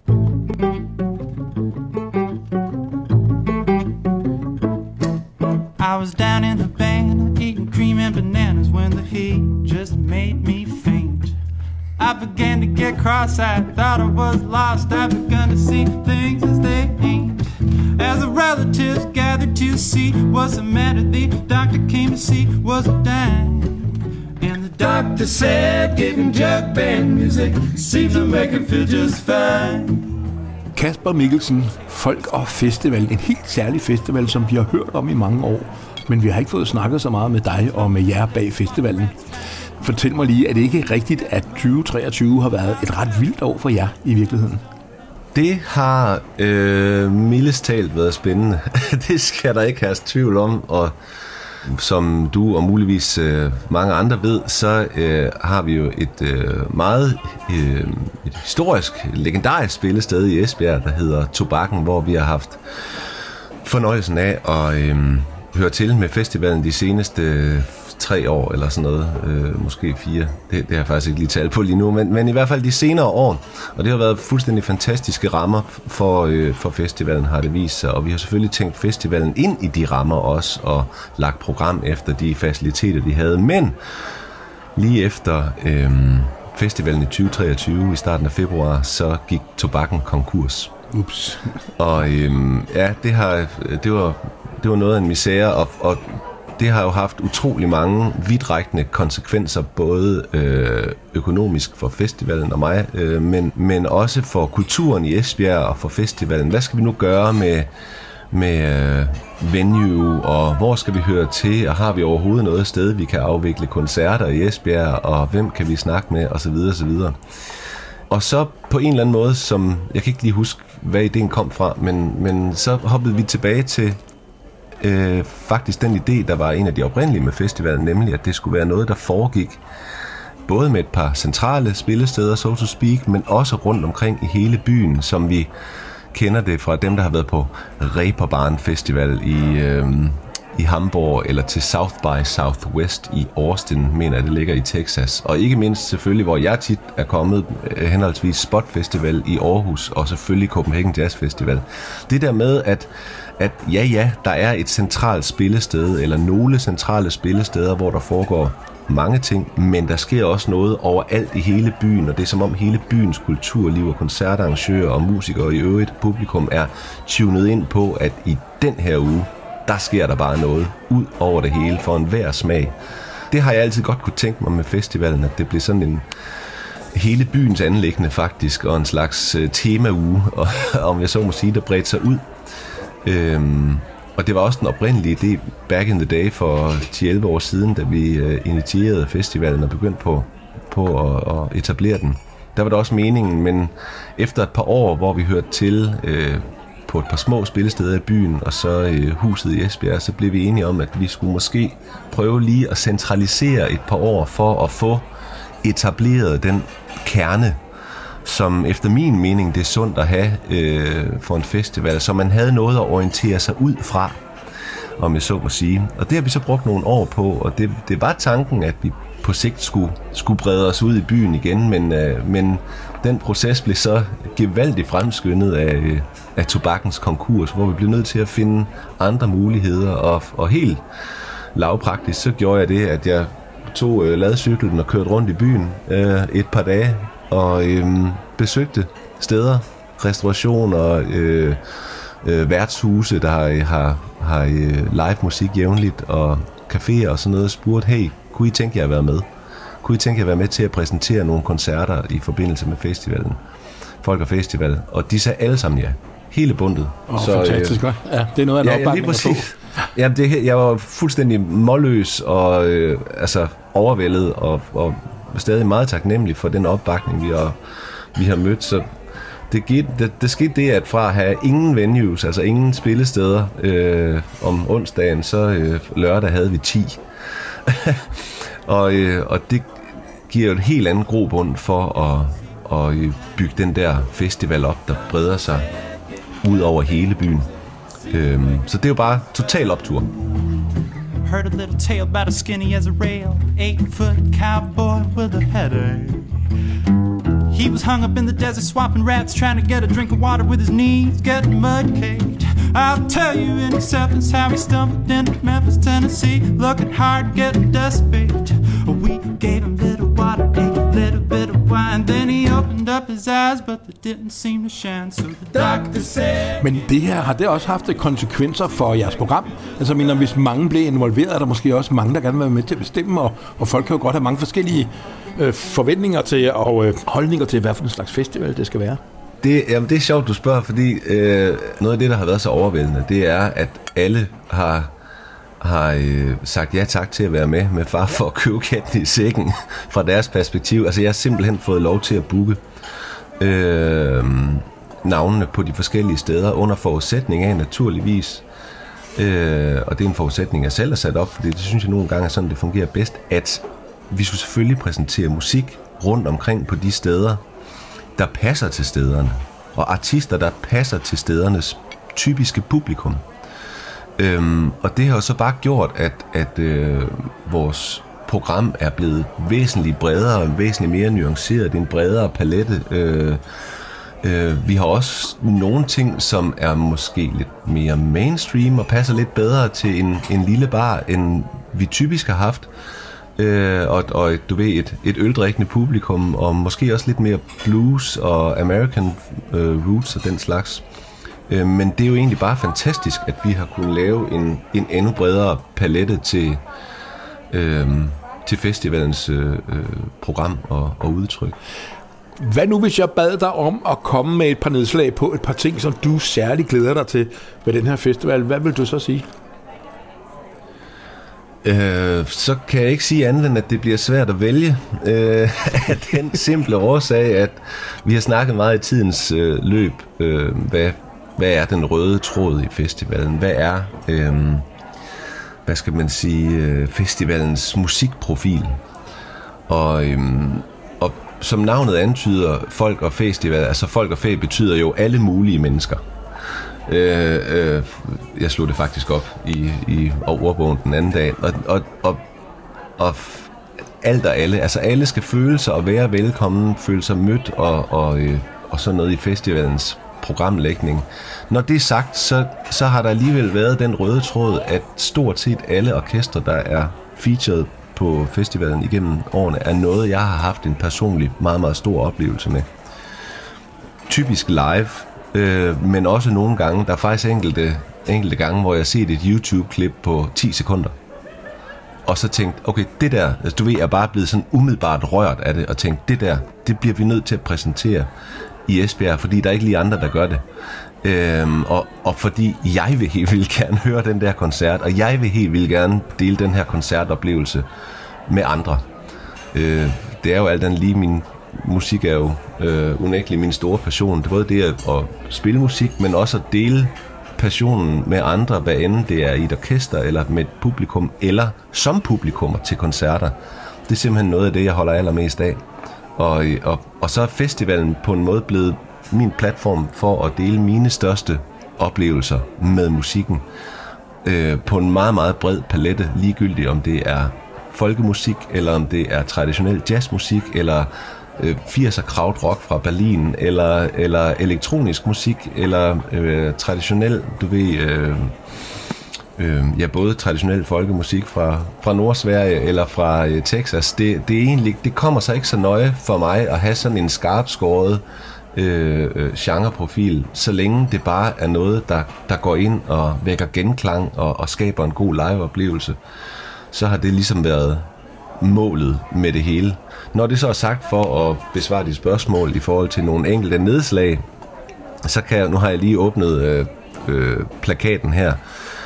I was down in Havana, eating cream and bananas when the heat just made me faint. I began to get cross-eyed, thought I was lost. I begun to see things as they ain't. As the relatives gathered to see what's the matter, the doctor came to see was a dime. And the doctor said, giving jug band music seems to make him feel just fine. Kasper Mikkelsen, folk og festival, en helt særlig festival, som vi har hørt om i mange år, men vi har ikke fået snakket så meget med dig og med jer bag festivalen. Fortæl mig lige, er det ikke rigtigt, at 2023 har været et ret vildt år for jer i virkeligheden? Det har mildest talt været spændende. Det skal der ikke have tvivl om, og som du og muligvis mange andre ved, så har vi jo et meget et historisk, legendarisk spillested i Esbjerg, der hedder Tobakken, hvor vi har haft fornøjelsen af at høre til med festivalen de seneste 3 år eller sådan noget, måske 4. Det har jeg faktisk ikke lige talt på lige nu, men i hvert fald de senere år. Og det har været fuldstændig fantastiske rammer for festivalen, har det vist sig. Og vi har selvfølgelig tænkt festivalen ind i de rammer også, og lagt program efter de faciliteter, de havde. Men lige efter festivalen i 2023, i starten af februar, så gik Tobakken konkurs. Ups. Og ja, det var noget af en misære, og det har jo haft utrolig mange vidtrækkende konsekvenser, både økonomisk for festivalen og mig, men også for kulturen i Esbjerg og for festivalen. Hvad skal vi nu gøre med venue, og hvor skal vi høre til, og har vi overhovedet noget sted, vi kan afvikle koncerter i Esbjerg, og hvem kan vi snakke med, osv. osv. Og så på en eller anden måde, som jeg kan ikke lige huske, hvad ideen kom fra, men så hoppede vi tilbage til faktisk den idé, der var en af de oprindelige med festivalen, nemlig at det skulle være noget, der foregik både med et par centrale spillesteder, so to speak, men også rundt omkring i hele byen, som vi kender det fra dem, der har været på Reeperbahn Festival i Hamburg, eller til South by Southwest i Austin, mener jeg, det ligger i Texas. Og ikke mindst selvfølgelig, hvor jeg tit er kommet, henholdsvis Spot Festival i Aarhus, og selvfølgelig Copenhagen Jazz Festival. Det der med, at ja, der er et centralt spillested, eller nogle centrale spillesteder, hvor der foregår mange ting, men der sker også noget overalt i hele byen, og det er som om hele byens kulturliv og koncertarrangører og musikere og i øvrigt publikum er tunet ind på, at i den her uge, der sker der bare noget ud over det hele for enhver smag. Det har jeg altid godt kunne tænke mig med festivalen, at det bliver sådan en hele byens anliggende faktisk, og en slags temauge, og om jeg så må sige, der bredte sig ud. Og det var også den oprindelige idé back in the day for 10-11 år siden, da vi initierede festivalen og begyndte på at etablere den. Der var det også meningen, men efter et par år, hvor vi hørte til på et par små spillesteder i byen, og så huset i Esbjerg, så blev vi enige om, at vi skulle måske prøve lige at centralisere et par år for at få etableret den kerne, som efter min mening det er sundt at have for en festival, så man havde noget at orientere sig ud fra, om jeg så må sige. Og det har vi så brugt nogle år på, og det var tanken, at vi på sigt skulle brede os ud i byen igen, men den proces blev så gevaldigt fremskyndet af Tobakkens konkurs, hvor vi blev nødt til at finde andre muligheder, og helt lavpraktisk, så gjorde jeg det, at jeg tog ladcyklen og kørte rundt i byen et par dage, og besøgte steder, restaurationer, værtshuse, der har live musik jævnligt, og caféer og sådan noget, og spurgte, hey, kunne I tænke jer at være med? Kunne I tænke jer at være med til at præsentere nogle koncerter i forbindelse med festivalen? Folk og festival. Og de sagde alle sammen ja. Hele bundet. Fantastisk godt. Ja, det er noget af en opbakning at få. Jamen, jeg var fuldstændig målløs og overvældet og stadig meget taknemmelig for den opbakning, vi har mødt. Så det skete det, at fra at have ingen venues, altså ingen spillesteder om onsdagen, så lørdag havde vi 10. og det giver jo et helt andet grobund for at bygge den der festival op, der breder sig ud over hele byen. Så det er jo bare total optur. Heard a little tale about a skinny as a rail, 8-foot cowboy with a headache. He was hung up in the desert swapping rats, trying to get a drink of water with his knees getting mud-caked. I'll tell you in acceptance how he stumbled into Memphis, Tennessee, looking hard, getting desperate. We gave him little water, ate a little bit of wine, then he opened up his eyes, but they didn't seem to shine, so the doctor said... Men det her, har det også haft konsekvenser for jeres program? Altså, mener, hvis mange blev involveret, er der måske også mange, der gerne vil være med til at bestemme, og folk kan jo godt have mange forskellige forventninger til og holdninger til, hvad for en slags festival det skal være. Det er sjovt, du spørger, fordi noget af det, der har været så overvældende, det er, at alle har sagt ja tak til at være med far for at købe katten i sækken fra deres perspektiv. Altså, jeg har simpelthen fået lov til at booke navnene på de forskellige steder under forudsætning af, naturligvis. Og det er en forudsætning, jeg selv har sat op, fordi det synes jeg nogle gange er sådan, det fungerer bedst, at vi skulle selvfølgelig præsentere musik rundt omkring på de steder, der passer til stederne, og artister, der passer til stedernes typiske publikum. Og det har jo så bare gjort, at vores program er blevet væsentligt bredere, væsentligt mere nuanceret. Det er en bredere palette. Vi har også nogle ting, som er måske lidt mere mainstream og passer lidt bedre til en lille bar, end vi typisk har haft. Og du ved, et øldrikkende publikum, og måske også lidt mere blues og American roots og den slags. Men det er jo egentlig bare fantastisk, at vi har kunnet lave en endnu bredere palette til festivalens program og udtryk. Hvad nu, hvis jeg bad dig om at komme med et par nedslag på et par ting, som du særligt glæder dig til ved den her festival? Hvad vil du så sige? Så kan jeg ikke sige andet end, at det bliver svært at vælge af den simple årsag, at vi har snakket meget i tidens løb, hvad er den røde tråd i festivalen? Hvad er, hvad skal man sige, festivalens musikprofil? Og som navnet antyder, folk og festival, altså folk og fe betyder jo alle mulige mennesker. Jeg slog det faktisk op i ordbogen den anden dag, og alt og alle, altså alle skal føle sig og være velkommen, føle sig mødt og sådan noget i festivalens programlægning. Når det er sagt, så har der alligevel været den røde tråd, at stort set alle orkestre, der er featured på festivalen igennem årene, er noget, jeg har haft en personlig meget, meget stor oplevelse med. Typisk live, men også nogle gange, der er faktisk enkelte gange, hvor jeg har set et YouTube-klip på 10 sekunder, og så tænkt, okay, det der, altså, du ved, jeg er bare blevet sådan umiddelbart rørt af det, og tænkt, det der, det bliver vi nødt til at præsentere i Esbjerg, fordi der er ikke lige andre, der gør det. Og fordi jeg vil helt vildt gerne høre den der koncert, og jeg vil helt vildt gerne dele den her koncertoplevelse med andre. Det er jo alt andet lige, min musik er jo unægteligt min store passion. Det er både det at spille musik, men også at dele passionen med andre, hvad end det er i et orkester, eller med et publikum, eller som publikummer til koncerter. Det er simpelthen noget af det, jeg holder allermest af. Og så er festivalen på en måde blevet min platform for at dele mine største oplevelser med musikken på en meget, meget bred palette, ligegyldigt om det er folkemusik, eller om det er traditionel jazzmusik, eller 80'er krautrock fra Berlin, eller elektronisk musik, eller traditionel, du ved, både traditionel folkemusik fra Nordsverige eller fra Texas. Det er egentlig, det kommer så ikke så nøje for mig at have sådan en skarpskåret genreprofil, så længe det bare er noget, der går ind og vækker genklang og skaber en god liveoplevelse. Så har det ligesom været målet med det hele. Når det så er sagt, for at besvare de spørgsmål i forhold til nogle enkelte nedslag, så nu har jeg lige åbnet plakaten her,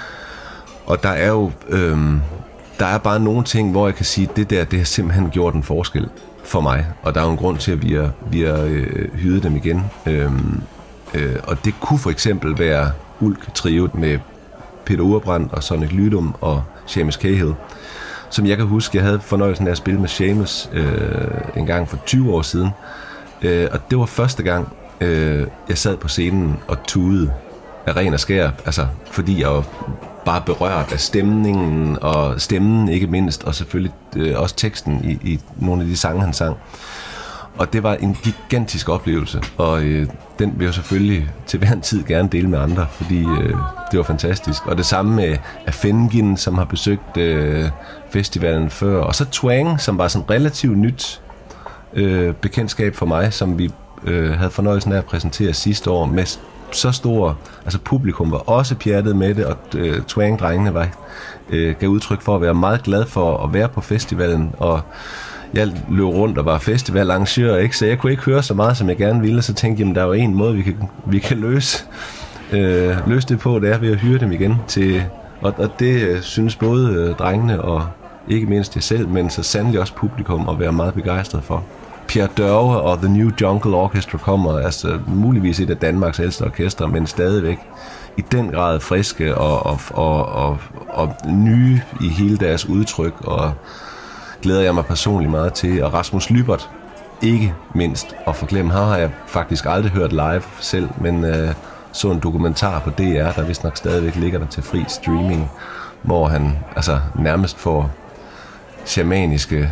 og der er jo der er bare nogle ting, hvor jeg kan sige, det har simpelthen gjort en forskel for mig, og der er jo en grund til, at vi har hyret dem igen. Og det kunne for eksempel være Ulk-triot med Peter Urbrand og Sonic Lydum og Seamus Cahill, som jeg kan huske, jeg havde fornøjelsen af at spille med Seamus en gang for 20 år siden. Og det var første gang, jeg sad på scenen og tudede af ren og skær, altså fordi jeg var bare berørt af stemningen, og stemmen ikke mindst, og selvfølgelig også teksten i nogle af de sange, han sang. Og det var en gigantisk oplevelse, og den vil jeg selvfølgelig til hver en tid gerne dele med andre, fordi det var fantastisk. Og det samme med Afengin, som har besøgt festivalen før, og så Twang, som var sådan relativt nyt bekendtskab for mig, som vi havde fornøjelsen af at præsentere sidste år med så stor, altså publikum var også pjattet med det, og Twang-drengene gav udtryk for at være meget glad for at være på festivalen, og jeg løb rundt og var festivalarrangør, ikke? Så jeg kunne ikke høre så meget, som jeg gerne ville, så tænkte jeg, der er jo en måde, vi kan løse det på, det er ved at hyre dem igen til, og det synes både drengene og ikke mindst jeg selv, men så sandelig også publikum at være meget begejstret for. Pierre Dørve og The New Jungle Orchestra kommer, altså muligvis et af Danmarks ældste orkestre, men stadigvæk i den grad friske og nye i hele deres udtryk, og glæder jeg mig personligt meget til. Og Rasmus Lybert, ikke mindst, og for glem ham har jeg faktisk aldrig hørt live selv, men så en dokumentar på DR, der vist nok stadigvæk ligger der til fri streaming, hvor han altså nærmest får shamaniske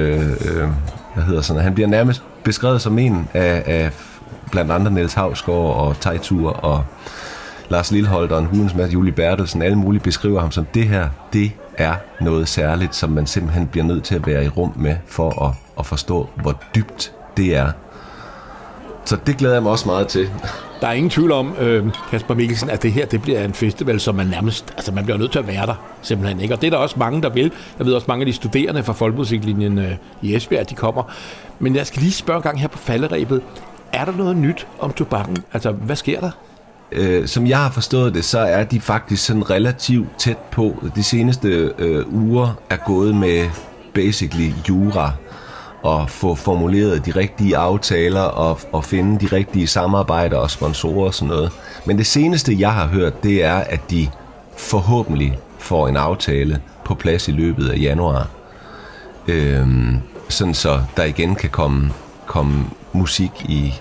han bliver nærmest beskrevet som en af blandt andre Niels Hausgaard og Teitur og Lars Lilholt og en hulens masse Julie Bertelsen, alle mulige beskriver ham som det her, det er noget særligt, som man simpelthen bliver nødt til at være i rum med, for at forstå, hvor dybt det er. Så det glæder jeg mig også meget til. Der er ingen tvivl om, Kasper Mikkelsen, at det her det bliver en festival, som man nærmest, altså man bliver nødt til at være der, simpelthen, ikke? Og det er der også mange, der vil. Jeg ved også mange af de studerende fra Folkemusiklinjen i Esbjerg, de kommer. Men jeg skal lige spørge en gang her på falderebet. Er der noget nyt om tobakken? Altså, hvad sker der? Som jeg har forstået det, så er de faktisk sådan relativt tæt på. De seneste uger er gået med basically jura, og få formuleret de rigtige aftaler og finde de rigtige samarbejder og sponsorer og sådan noget. Men det seneste, jeg har hørt, det er, at de forhåbentlig får en aftale på plads i løbet af januar. Sådan så der igen kan komme musik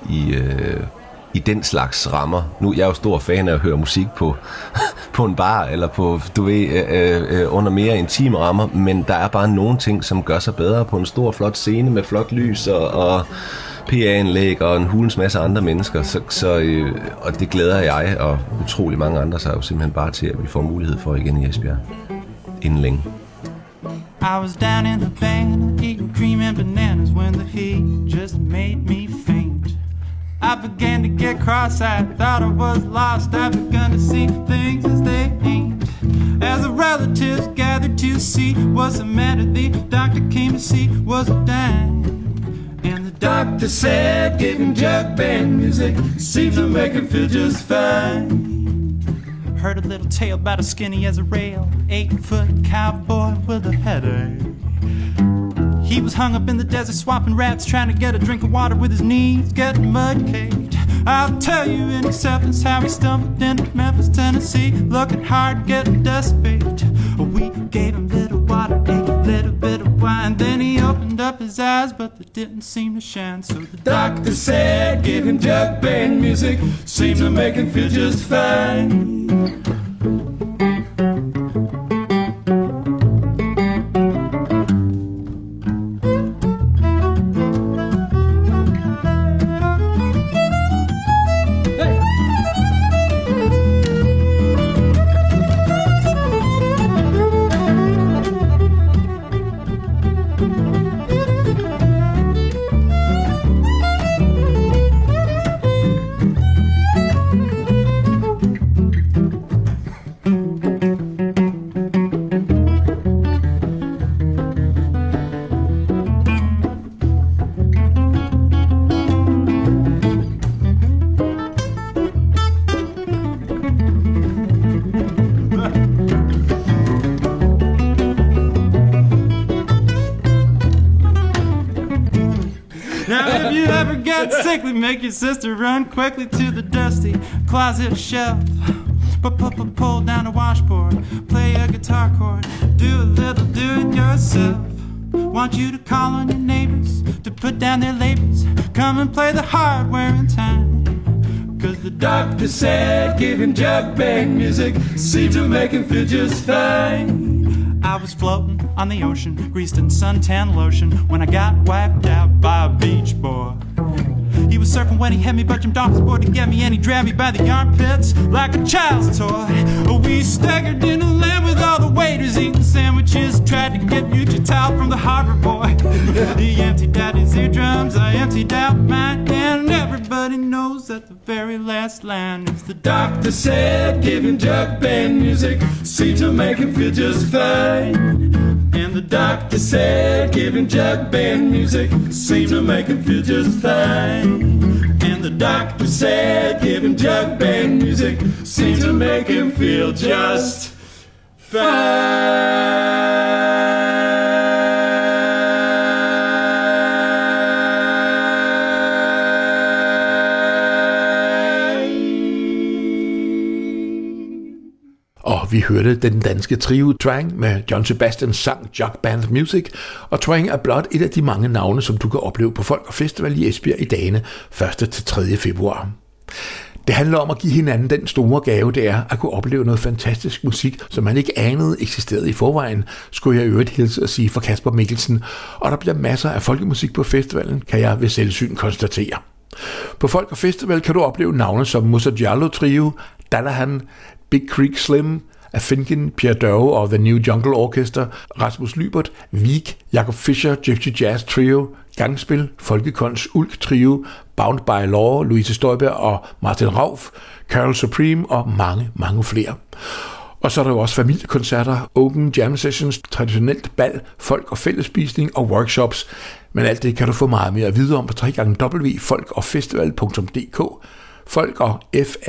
i den slags rammer. Nu jeg er jo stor fan af at høre musik på en bar, eller på, under mere intime rammer, men der er bare nogle ting, som gør sig bedre på en stor, flot scene med flot lys og PA-anlæg og en hulens masse andre mennesker. Og det glæder jeg og utrolig mange andre sig jo simpelthen bare til, at vi får mulighed for igen i Esbjerg inden længe. I was down in the band, eating cream and bananas when the heat just made me faint. I began to get cross-eyed, thought I was lost. I begun to see things as they ain't. As the relatives gathered to see what's the matter, the doctor came to see was a dying. And the doctor said, giving jug band music seems to make him feel just fine. Heard a little tale about a skinny as a rail, 8-foot cowboy with a headache. He was hung up in the desert swamping rats, trying to get a drink of water with his knees getting mud caked. I'll tell you in acceptance how he stumbled into Memphis, Tennessee, looking hard, getting desperate. We gave him a little water, ate a little bit of wine, then he opened up his eyes, but they didn't seem to shine. So the doctor said, give him jug band music, seemed to make him feel just fine. that sickly, make your sister run quickly to the dusty closet shelf. Pull down a washboard, play a guitar chord, do a little do-it-yourself. Want you to call on your neighbors to put down their labors, come and play the hardware in time. Cause the doctor said give him jug band music, seemed to make him feel just fine. I was floating on the ocean, greased in suntan lotion, when I got wiped out by a beach boy. He was surfing when he had me, but jumped off his board to get me, and he grabbed me by the armpits like a child's toy. We staggered in a land with all the waiters eating sandwiches, tried to get Future towel from the harbor boy. He emptied out his eardrums, I emptied out mine, and everybody knows that the very last line is the doctor said give him jug band music, seemed to make him feel just fine. And the doctor said give him jug band music, seemed to make him feel just fine. And the doctor said give him jug band music, seemed to make him feel just fine. Og vi hørte den danske trio Twang med John Sebastians sang Jug Band Music, og Twang er blot et af de mange navne, som du kan opleve på Folk og Festival i Esbjerg i dagene 1. til 3. februar. Det handler om at give hinanden den store gave, det er at kunne opleve noget fantastisk musik, som man ikke anede eksisterede i forvejen, skulle jeg i øvrigt hilse at sige for Kasper Mikkelsen, og der bliver masser af folkemusik på festivalen, kan jeg ved selvsyn konstatere. På Folk og Festival kan du opleve navne som Musa Jallow Trio, Dalahan, Big Creek Slim, Afinkin, Pierre Doe og The New Jungle Orchestra, Rasmus Lybert, Vik, Jakob Fischer, Gypsy Jazz Trio, Gangspil, Folkekons Ulk Trio, Bound by Law, Louise Støjberg og Martin Rauf, Carol Supreme og mange, mange flere. Og så er der jo også familiekoncerter, open jam sessions, traditionelt bal, folk- og fællesspisning og workshops. Men alt det kan du få meget mere at vide om på www.folkogfestival.dk, folk og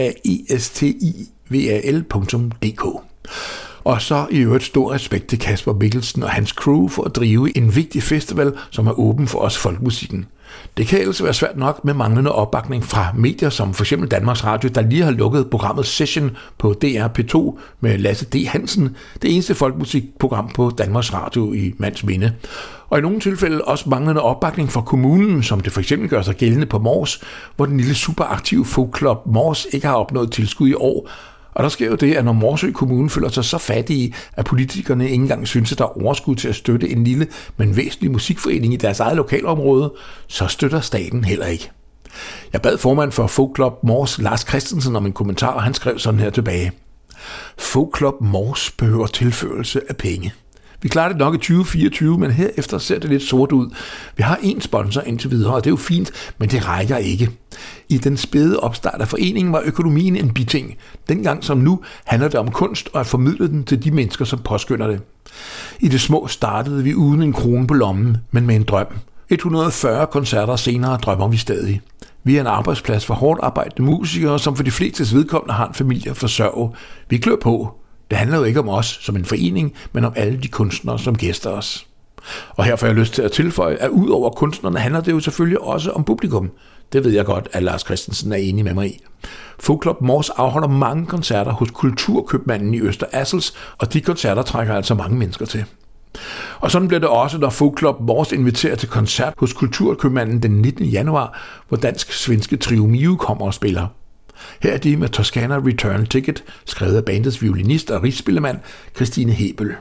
FAESTIVAL.dk. Og så i øvrigt stor respekt til Kasper Mikkelsen og hans crew for at drive en vigtig festival, som er åben for os folkemusikken. Det kan ellers være svært nok med manglende opbakning fra medier som f.eks. Danmarks Radio, der lige har lukket programmet Session på DR P2 med Lasse D. Hansen, det eneste folkemusikprogram på Danmarks Radio i mands minde. Og i nogle tilfælde også manglende opbakning fra kommunen, som det f.eks. gør sig gældende på Mors, hvor den lille superaktive folkklub Mors ikke har opnået tilskud i år. Og der sker jo det, at når Morsø Kommune føler sig så fattige, at politikerne ikke engang synes, at der er overskud til at støtte en lille, men væsentlig musikforening i deres eget lokalområde, så støtter staten heller ikke. Jeg bad formand for Folkklub Mors, Lars Christensen, om en kommentar, og han skrev sådan her tilbage. Folkklub Mors behøver tilførelse af penge. Vi klarer det nok i 2024, men herefter ser det lidt sort ud. Vi har én sponsor indtil videre, og det er jo fint, men det rækker ikke. I den spæde opstart af foreningen var økonomien en biting. Dengang som nu handler det om kunst og at formidle den til de mennesker, som påskynder det. I det små startede vi uden en krone på lommen, men med en drøm. 140 koncerter senere drømmer vi stadig. Vi er en arbejdsplads for hårdt arbejdende musikere, som for de flestes vedkommende har en familie at forsørge. Vi klør på. Det handler jo ikke om os som en forening, men om alle de kunstnere, som gæster os. Og her får jeg lyst til at tilføje, at ud over kunstnerne handler det jo selvfølgelig også om publikum. Det ved jeg godt, at Lars Christensen er enig med mig i. Folkklub Mors afholder mange koncerter hos Kulturkøbmanden i Øster Assels, og de koncerter trækker altså mange mennesker til. Og sådan bliver det også, når Folkklub Mors inviterer til koncert hos Kulturkøbmanden den 19. januar, hvor dansk-svenske Trio Mio kommer og spiller. Her er de med Toscana Return Ticket, skrevet af bandets violinist og rigsspillemand Christine Hebel.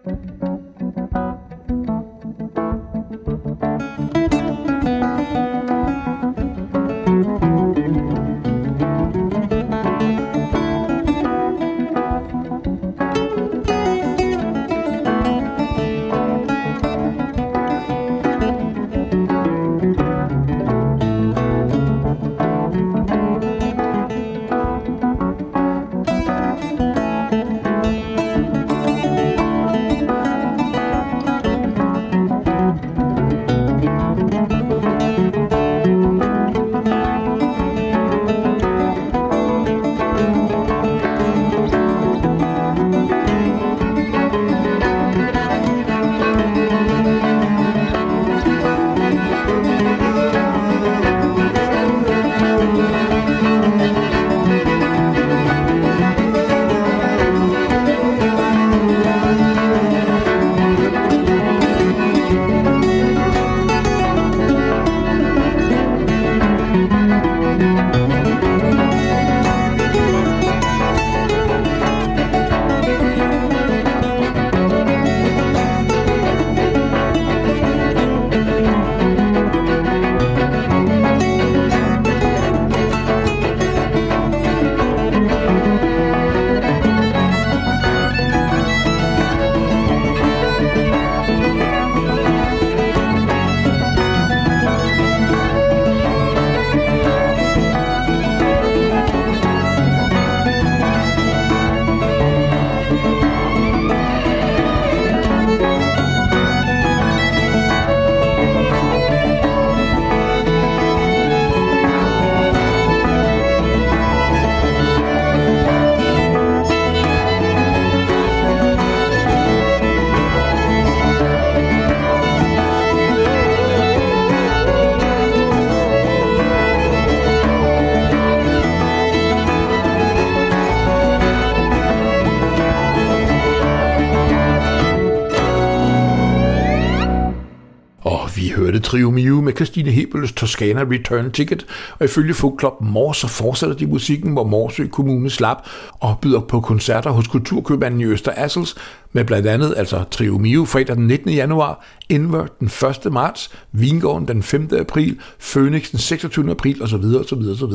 hørte Trio Mio med Christine Hebels Toscana Return Ticket, og ifølge Folkclub Mors så fortsætter de musikken, hvor Morsø Kommune slap og byder på koncerter hos Kulturkøbmanden i Øster Assels med blandt andet altså Trio Mio fredag den 19. januar, Invert den 1. marts, Vingården den 5. april, Phoenix den 26. april osv. osv.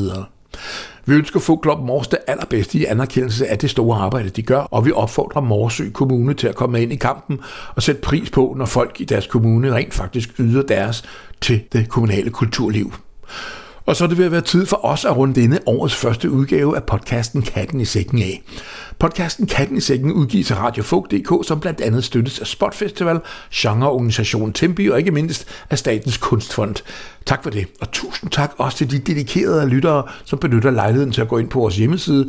Vi ønsker Folkclub Mors det allerbedste i anerkendelse af det store arbejde, de gør, og vi opfordrer Morsø Kommune til at komme ind i kampen og sætte pris på, når folk i deres kommune rent faktisk yder deres til det kommunale kulturliv. Og så er det ved at være tid for os at runde denne årets første udgave af podcasten Katten i Sækken af. Podcasten Katten i Sækken udgives af radiofolk.dk, som blandt andet støttes af Spot Festival, genreorganisationen Tempi og ikke mindst af Statens Kunstfond. Tak for det, og tusind tak også til de dedikerede lyttere, som benytter lejligheden til at gå ind på vores hjemmeside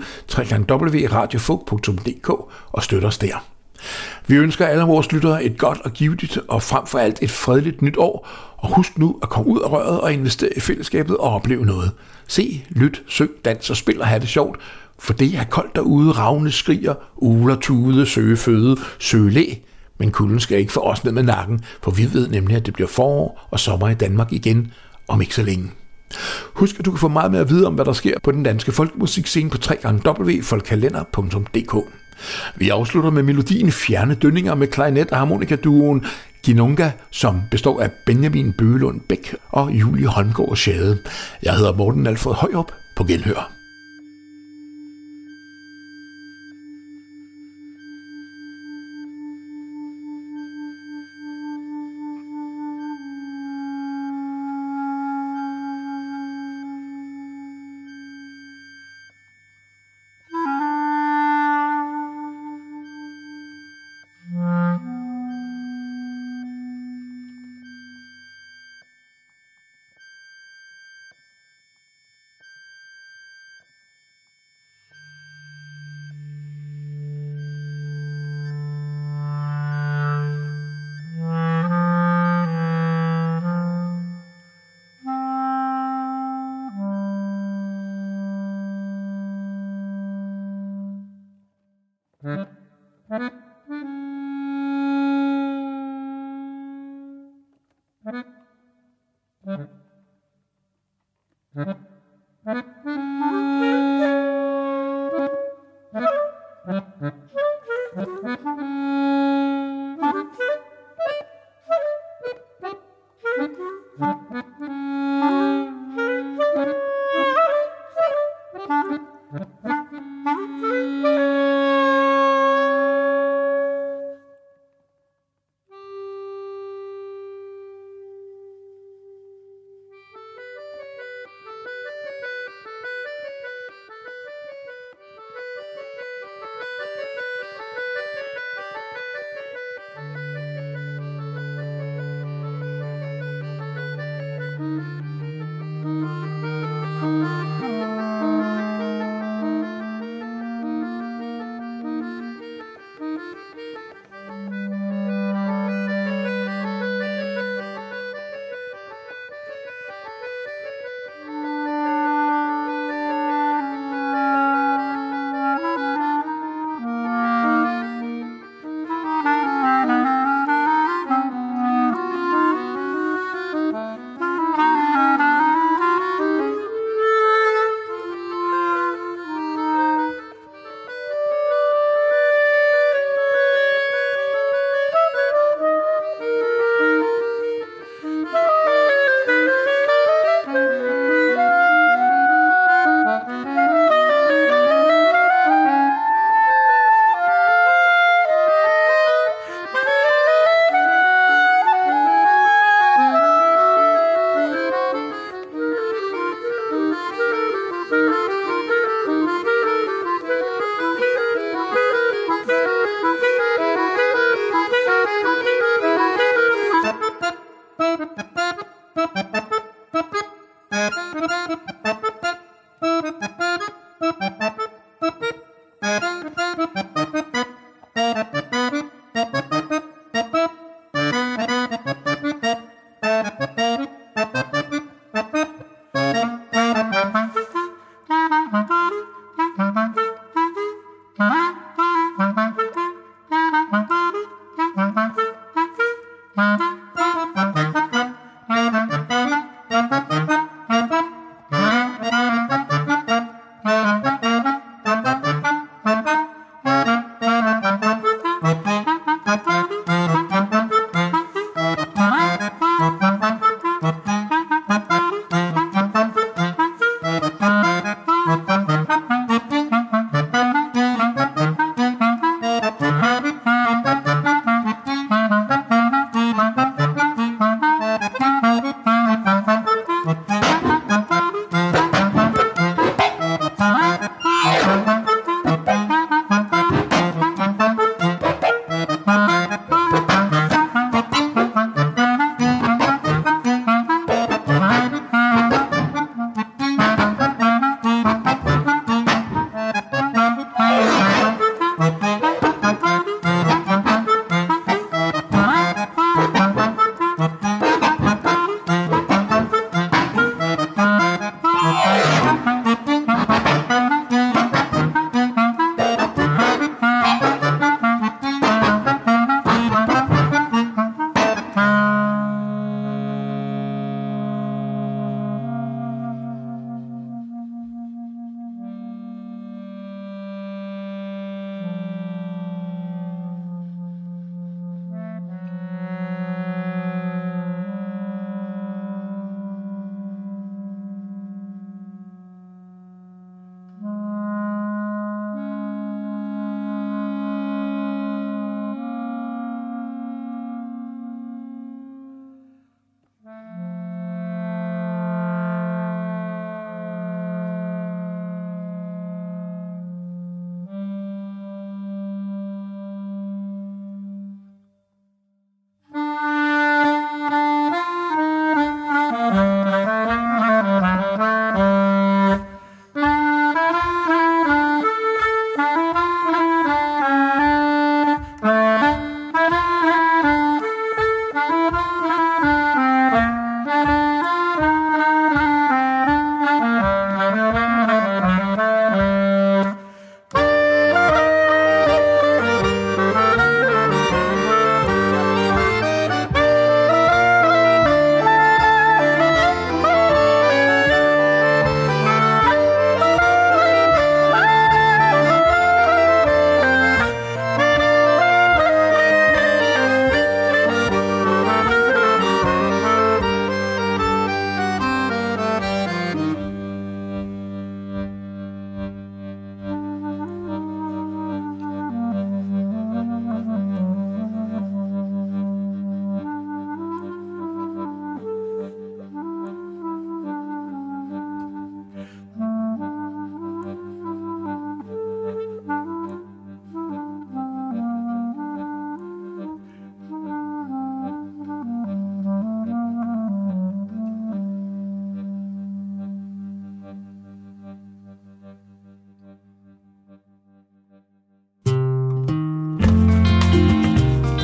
www.radiofolk.dk og støtter os der. Vi ønsker alle vores lyttere et godt og givetigt og frem for alt et fredeligt nyt år, og husk nu at komme ud af røret og investere i fællesskabet og opleve noget. Se, lyt, syng, dans og spil og have det sjovt, for det er koldt derude, ravne skriger, ugler tude, søge føde, søge læ. Men kulden skal ikke få os ned med nakken, for vi ved nemlig, at det bliver forår og sommer i Danmark igen om ikke så længe. Husk, at du kan få meget mere at vide om, hvad der sker på den danske folkemusikscene på www.folkkalender.dk. Vi afslutter med melodien Fjerne Dønninger med klarinet og harmonikaduoen Ginunga, som består af Benjamin Bøgelund Bæk og Julie Holmgaard Schade. Jeg hedder Morten Alfred Højrup. På genhør.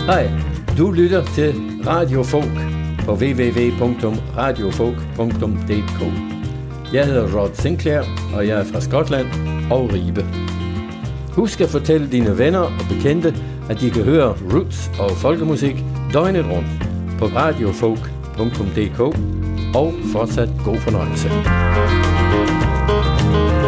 Hej, du lytter til Radio Folk på www.radiofolk.dk. Jeg hedder Rod Sinclair, og jeg er fra Skotland og Ribe. Husk at fortælle dine venner og bekendte, at de kan høre roots og folkemusik døgnet rundt på radiofolk.dk, og fortsat god fornøjelse.